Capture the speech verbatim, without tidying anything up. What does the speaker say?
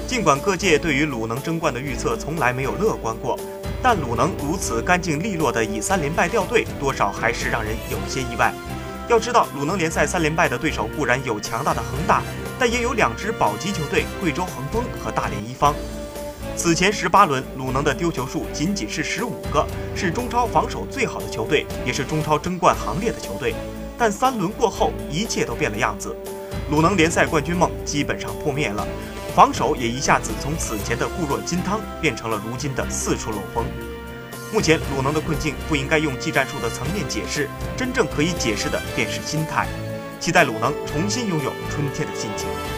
尽管各界对于鲁能争冠的预测从来没有乐观过，但鲁能如此干净利落的以三连败掉队，多少还是让人有些意外。要知道，鲁能联赛三连败的对手固然有强大的恒大，但也有两支保级球队贵州恒丰和大连一方。此前十八轮，鲁能的丢球数仅仅是十五个，是中超防守最好的球队，也是中超争冠行列的球队。但三轮过后，一切都变了样子，鲁能联赛冠军梦基本上破灭了，防守也一下子从此前的固若金汤变成了如今的四处漏风。目前鲁能的困境不应该用技战术的层面解释，真正可以解释的便是心态。期待鲁能重新拥有春天的心情。